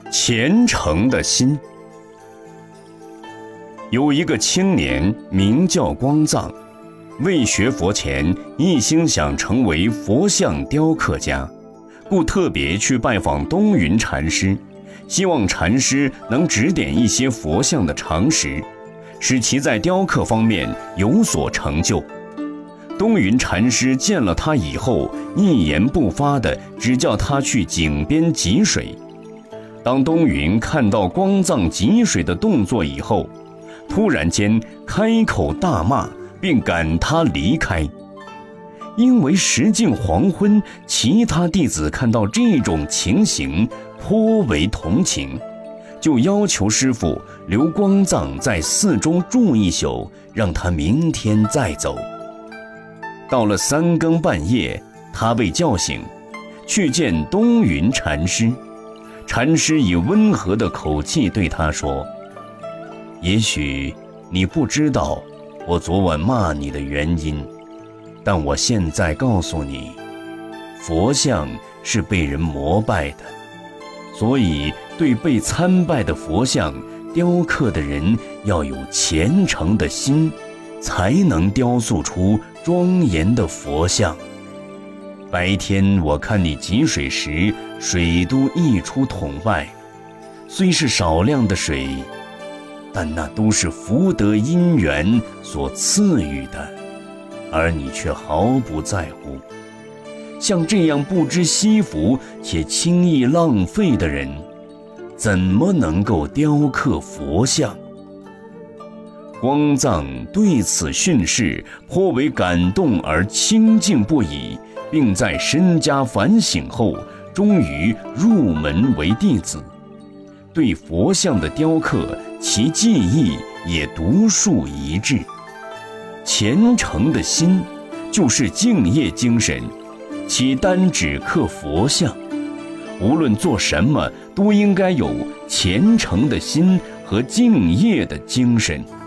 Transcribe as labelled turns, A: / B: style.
A: 虔诚的心。有一个青年名叫光藏，未学佛前一心想成为佛像雕刻家，故特别去拜访东云禅师，希望禅师能指点一些佛像的常识，使其在雕刻方面有所成就。东云禅师见了他以后，一言不发地只叫他去井边汲水。当东云看到光藏汲水的动作以后，突然间开口大骂，并赶他离开。因为时近黄昏，其他弟子看到这种情形颇为同情，就要求师父留光藏在寺中住一宿，让他明天再走。到了3更半夜，他被叫醒，去见东云禅师。禅师以温和的口气对他说：也许你不知道我昨晚骂你的原因，但我现在告诉你，佛像是被人膜拜的，所以对被参拜的佛像雕刻的人要有虔诚的心，才能雕塑出庄严的佛像。白天我看你汲水时，水都溢出桶外，虽是少量的水，但那都是福德因缘所赐予的，而你却毫不在乎。像这样不知惜福且轻易浪费的人，怎么能够雕刻佛像？光藏对此训示颇为感动而清净不已，并在深加反省后，终于入门为弟子。对佛像的雕刻，其技艺也独树一帜。虔诚的心就是敬业精神，岂单只刻佛像？无论做什么，都应该有虔诚的心和敬业的精神。